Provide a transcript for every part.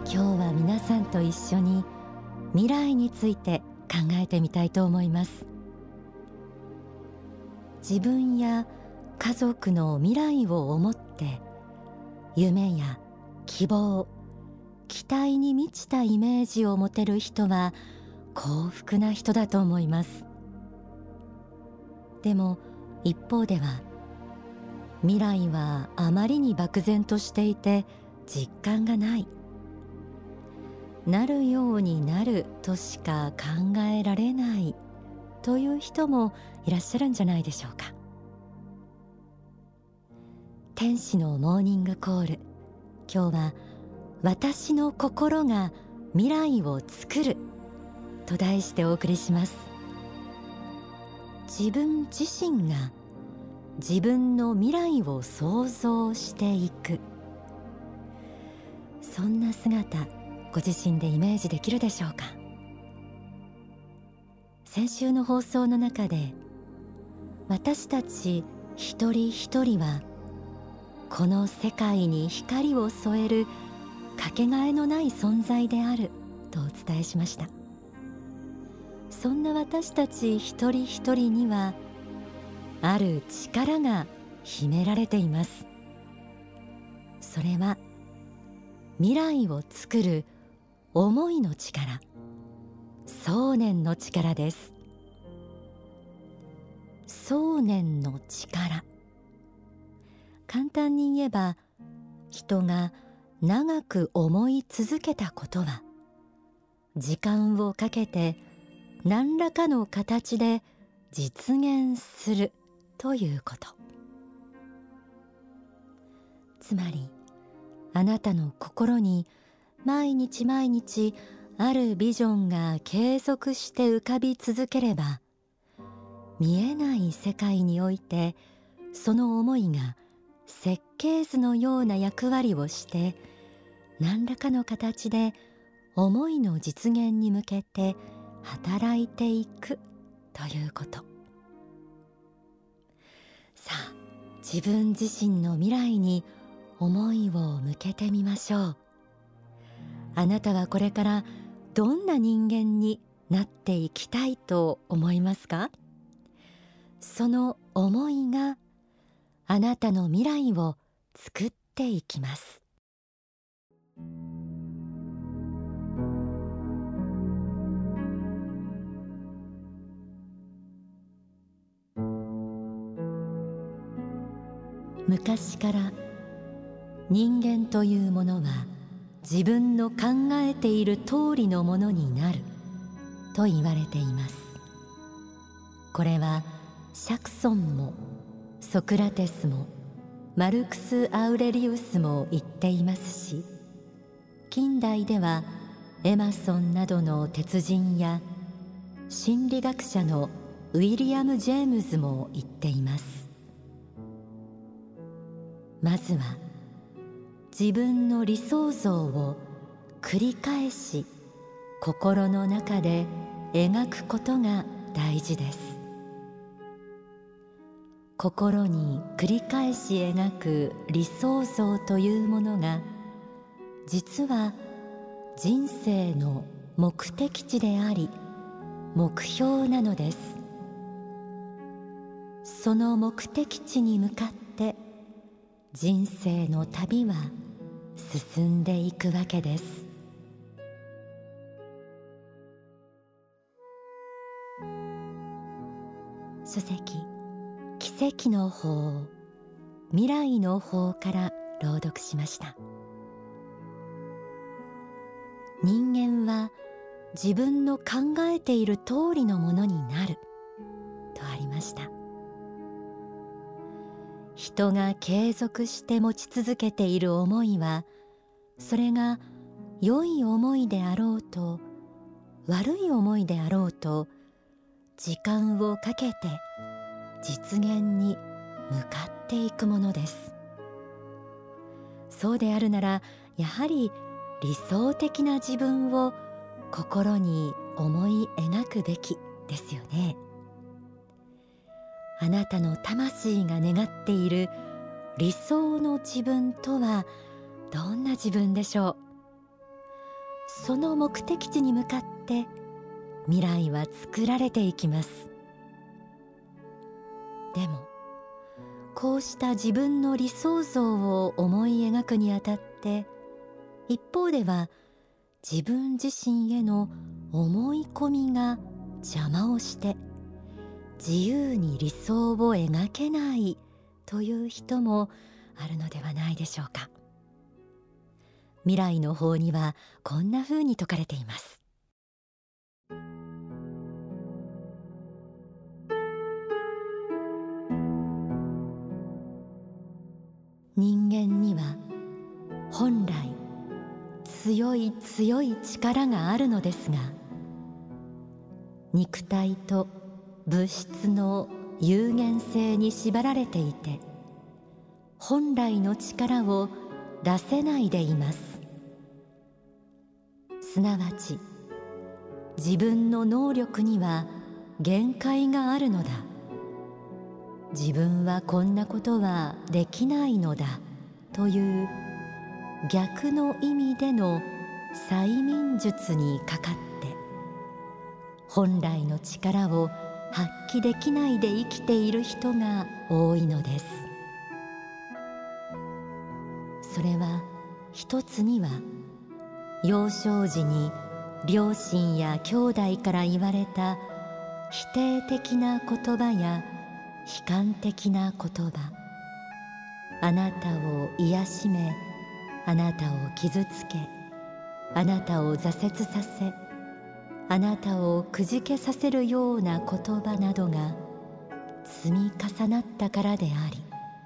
今日は皆さんと一緒に未来について考えてみたいと思います。自分や家族の未来を思って夢や希望、期待に満ちたイメージを持てる人は幸福な人だと思います。でも一方では未来はあまりに漠然としていて実感がない、なるようになるとしか考えられないという人もいらっしゃるんじゃないでしょうか。天使のモーニングコール、今日は私の心が未来を作ると題してお送りします。自分自身が自分の未来を想像していく、そんな姿、ご自身でイメージできるでしょうか。先週の放送の中で、私たち一人一人はこの世界に光を添えるかけがえのない存在であるとお伝えしました。そんな私たち一人一人にはある力が秘められています。それは未来を作る思いの力、想念の力です。想念の力、簡単に言えば、人が長く思い続けたことは時間をかけて何らかの形で実現するということ。つまり、あなたの心に毎日毎日あるビジョンが継続して浮かび続ければ、見えない世界においてその思いが設計図のような役割をして何らかの形で思いの実現に向けて働いていくということ。さあ、自分自身の未来に思いを向けてみましょう。あなたはこれからどんな人間になっていきたいと思いますか？その思いがあなたの未来を作っていきます。昔から人間というものは自分の考えている通りのものになると言われています。これは釈尊もソクラテスもマルクス・アウレリウスも言っていますし、近代ではエマソンなどの鉄人や心理学者のウィリアム・ジェームズも言っています。まずは自分の理想像を繰り返し心の中で描くことが大事です。心に繰り返し描く理想像というものが、実は人生の目的地であり目標なのです。その目的地に向かって人生の旅は進んでいくわけです。書籍奇跡の法、未来の法から朗読しました。人間は自分の考えている通りのものになるとありました。人が継続して持ち続けている思いは、それが良い思いであろうと悪い思いであろうと、時間をかけて実現に向かっていくものです。そうであるなら、やはり理想的な自分を心に思い描くべきですよね。あなたの魂が願っている理想の自分とはどんな自分でしょう。 その目的地に向かって未来は作られていきます。でもこうした自分の理想像を思い描くにあたって、一方では自分自身への思い込みが邪魔をして自由に理想を描けないという人もあるのではないでしょうか。未来の法にはこんな風に説かれています。人間には本来強い強い力があるのですが、肉体と物質の有限性に縛られていて、本来の力を出せないでいます。すなわち自分の能力には限界があるのだ、自分はこんなことはできないのだという逆の意味での催眠術にかかって、本来の力を発揮できないで生きている人が多いのです。それは一つには幼少時に両親や兄弟から言われた否定的な言葉や悲観的な言葉、あなたを癒しめ、あなたを傷つけ、あなたを挫折させ、あなたをくじけさせるような言葉などが積み重なったからであり、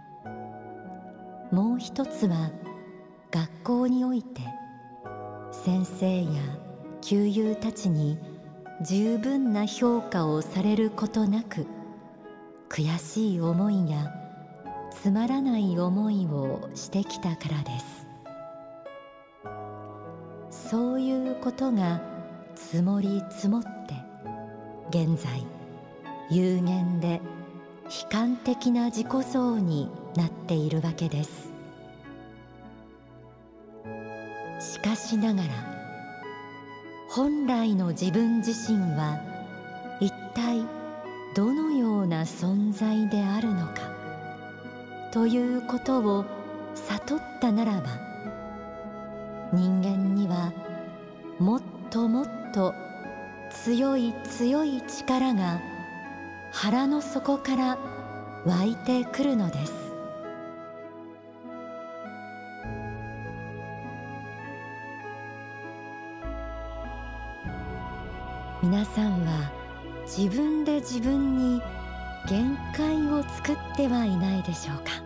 もう一つは学校において先生や旧友たちに十分な評価をされることなく、悔しい思いやつまらない思いをしてきたからです。そういうことが積もり積もって、現在有限で悲観的な自己像になっているわけです。しかしながら本来の自分自身は一体どのような存在であるのかということを悟ったならば、人間にはもっともっと強い強い力が腹の底から湧いてくるのです。皆さんは自分で自分に限界を作ってはいないでしょうか。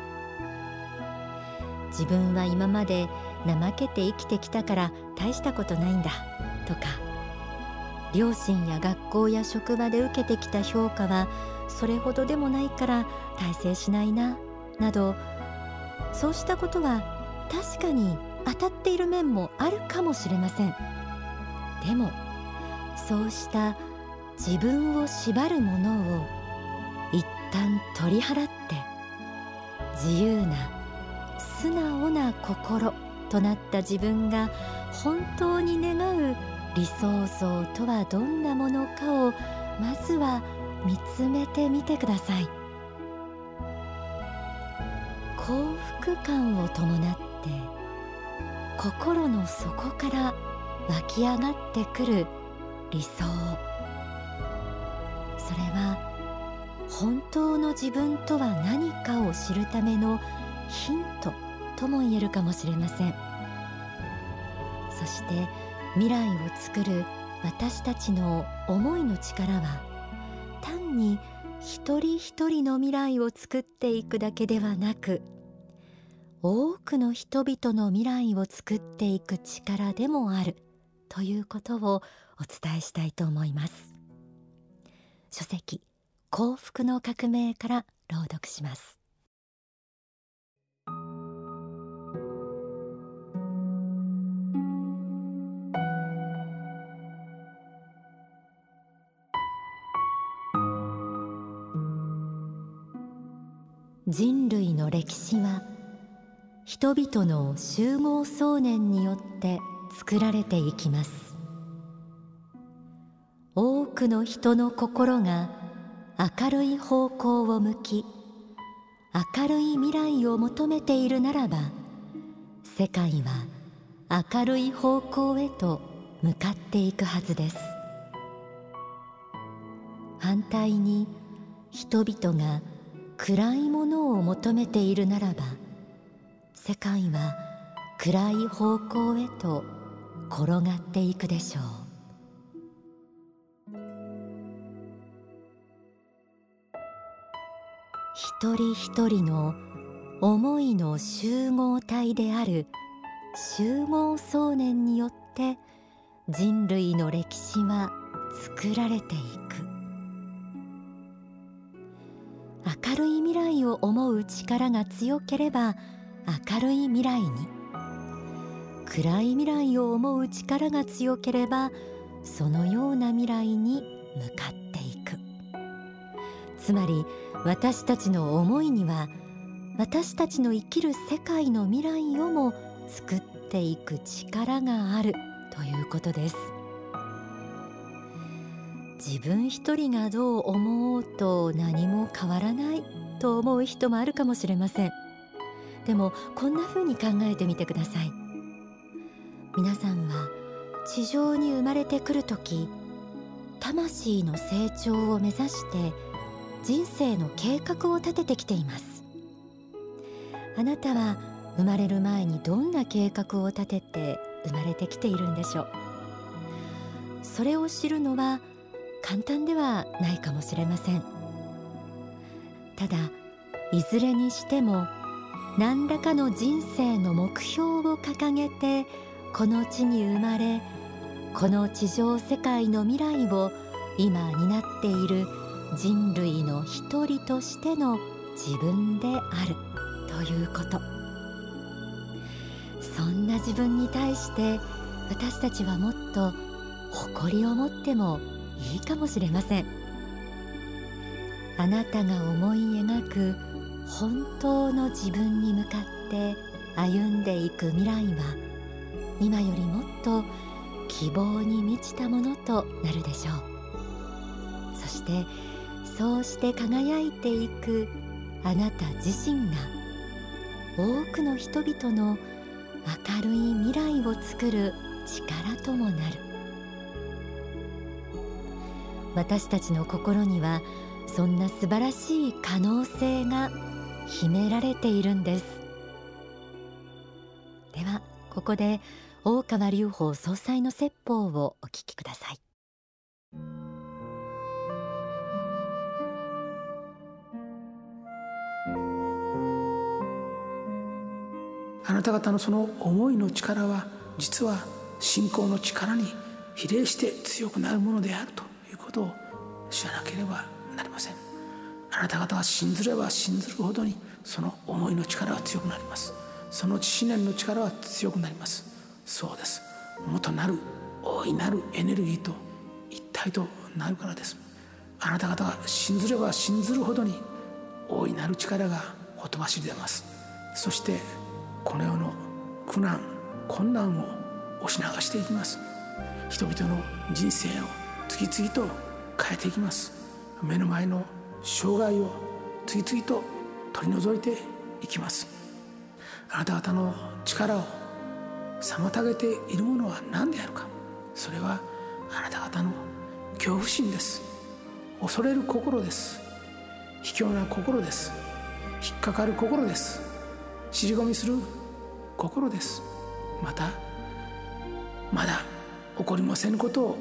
自分は今まで怠けて生きてきたから大したことないんだとか、両親や学校や職場で受けてきた評価はそれほどでもないから大成しないななど、そうしたことは確かに当たっている面もあるかもしれません。でもそうした自分を縛るものを一旦取り払って、自由な素直な心となった自分が本当に願う理想像とはどんなものかをまずは見つめてみてください。幸福感を伴って心の底から湧き上がってくる理想、それは本当の自分とは何かを知るためのヒントとも言えるかもしれません。そして未来を作る私たちの思いの力は、単に一人一人の未来を作っていくだけではなく、多くの人々の未来を作っていく力でもあるということをお伝えしたいと思います。書籍幸福の革命から朗読します。人類の歴史は人々の集合想念によって作られていきます。多くの人の心が明るい方向を向き、明るい未来を求めているならば、世界は明るい方向へと向かっていくはずです。反対に人々が暗いものを求めているならば、世界は暗い方向へと転がっていくでしょう。一人一人の思いの集合体である集合想念によって人類の歴史は作られていく。明るい未来を思う力が強ければ明るい未来に、暗い未来を思う力が強ければそのような未来に向かっていく。つまり私たちの思いには、私たちの生きる世界の未来をも作っていく力があるということです。自分一人がどう思おうと何も変わらないと思う人もあるかもしれません。でもこんな風に考えてみてください。皆さんは地上に生まれてくるとき、魂の成長を目指して人生の計画を立ててきています。あなたは生まれる前にどんな計画を立てて生まれてきているんでしょう。それを知るのは簡単ではないかもしれません。ただいずれにしても何らかの人生の目標を掲げてこの地に生まれ、この地上世界の未来を今担っている人類の一人としての自分であるということ。そんな自分に対して私たちはもっと誇りを持ってもいいかもしれません。あなたが思い描く本当の自分に向かって歩んでいく未来は今よりもっと希望に満ちたものとなるでしょう。そしてそうして輝いていくあなた自身が多くの人々の明るい未来を作る力ともなる。私たちの心にはそんな素晴らしい可能性が秘められているんです。ではここで大川隆法総裁の説法をお聞きください。 あなた方のその思いの力は実は信仰の力に比例して強くなるものであるということを知らなければなりません。あなた方が信ずれば信ずるほどにその思いの力は強くなります。その思念の力は強くなります。そうです。元なる大いなるエネルギーと一体となるからです。あなた方が信ずれば信ずるほどに大いなる力がほとばしり出ます。そしてこの世の苦難困難を押し流していきます。人々の人生を次々と変えていきます。目の前の障害を次々と取り除いていきます。あなた方の力を妨げているものは何であるか。それはあなた方の恐怖心です。恐れる心です。卑怯な心です。引っかかる心です。尻込みする心です。またまだ起こりませぬことを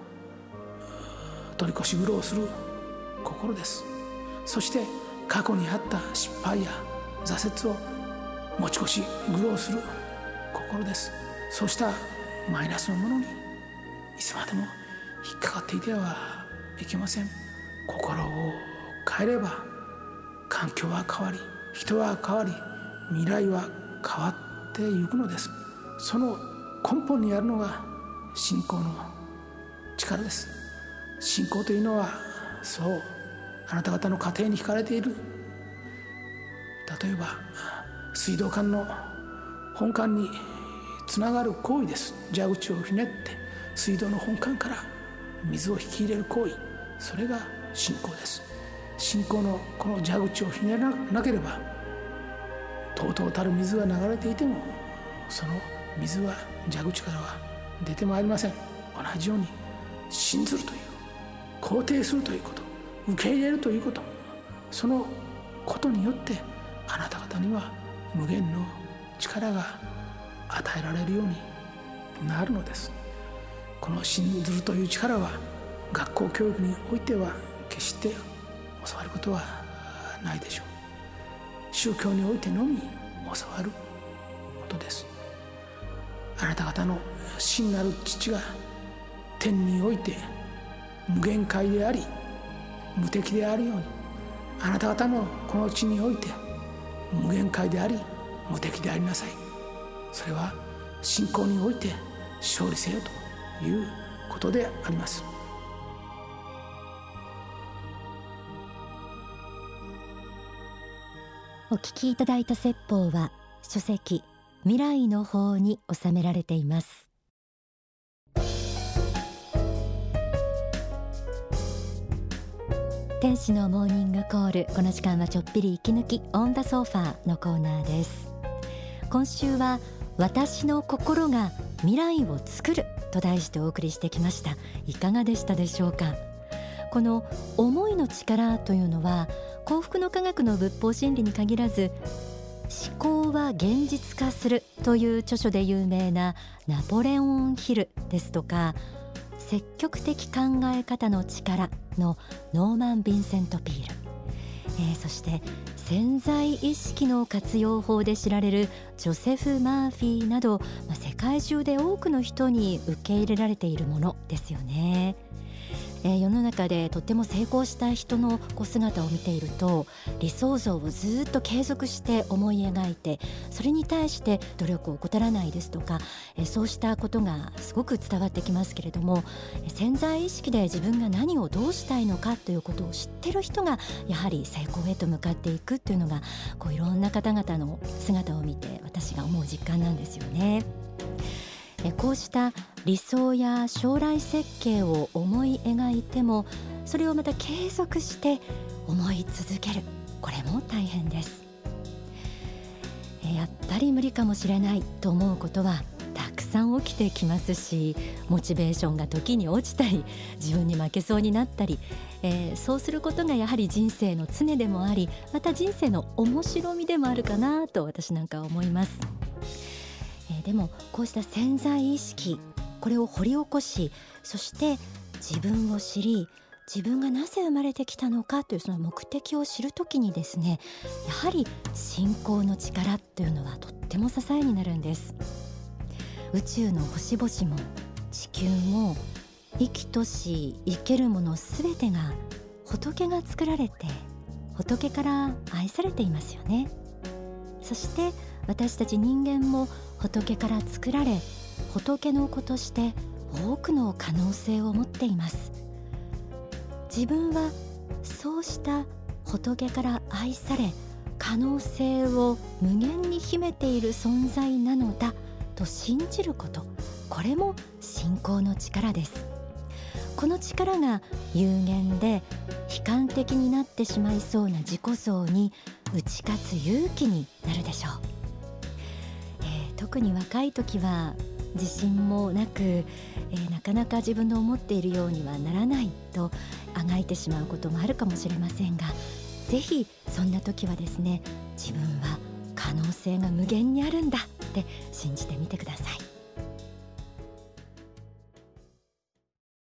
取り越し苦労する心です。そして過去にあった失敗や挫折を持ち越し苦労する心です。そうしたマイナスのものにいつまでも引っかかっていてはいけません。心を変えれば環境は変わり、人は変わり、未来は変わっていくのです。その根本にあるのが信仰の力です。信仰というのはそうあなた方の家庭に惹かれている、例えば水道管の本管につながる行為です。蛇口をひねって水道の本管から水を引き入れる行為、それが信仰です。信仰のこの蛇口をひねらなければ、とうとうたる水が流れていてもその水は蛇口からは出てまいりません。同じように信ずるという、肯定するということ、受け入れるということ、そのことによってあなた方には無限の力が与えられるようになるのです。この信ずるという力は学校教育においては決して教わることはないでしょう。宗教においてのみ教わることです。あなた方の真なる父が天において無限界であり無敵であるように、あなた方もこの地において無限界であり無敵でありなさい。それは信仰において勝利せよということであります。 お聞きいただいた説法は書籍未来の法に収められています。天使のモーニングコール、この時間はちょっぴり息抜きオンダソファーのコーナーです。今週は私の心が未来を作ると題してお送りしてきました。いかがでしたでしょうか。この思いの力というのは幸福の科学の仏法真理に限らず、思考は現実化するという著書で有名なナポレオンヒルですとか、積極的考え方の力のノーマン・ヴィンセント・ピール、そして潜在意識の活用法で知られるジョセフ・マーフィーなど、世界中で多くの人に受け入れられているものですよね。世の中でとっても成功した人の姿を見ていると、理想像をずっと継続して思い描いて、それに対して努力を怠らないですとか、そうしたことがすごく伝わってきますけれども、潜在意識で自分が何をどうしたいのかということを知っている人がやはり成功へと向かっていくというのが、いろんな方々の姿を見て私が思う実感なんですよね。こうした理想や将来設計を思い描いても、それをまた継続して思い続ける、これも大変です。やっぱり無理かもしれないと思うことはたくさん起きてきますし、モチベーションが時に落ちたり、自分に負けそうになったり、そうすることがやはり人生の常でもあり、また人生の面白みでもあるかなと私なんかは思います。でもこうした潜在意識、これを掘り起こし、そして自分を知り、自分がなぜ生まれてきたのかというその目的を知るときにですね、やはり信仰の力というのはとっても支えになるんです。宇宙の星々も地球も生きとし生けるものすべてが仏が作られて、仏から愛されていますよね。そして私たち人間も仏から作られ、仏の子として多くの可能性を持っています。自分はそうした仏から愛され、可能性を無限に秘めている存在なのだと信じること、これも信仰の力です。この力が有限で悲観的になってしまいそうな自己像に打ち勝つ勇気になるでしょう。特に若い時は自信もなく、なかなか自分の思っているようにはならないとあがいてしまうこともあるかもしれませんが、ぜひそんな時はですね、自分は可能性が無限にあるんだって信じてみてください。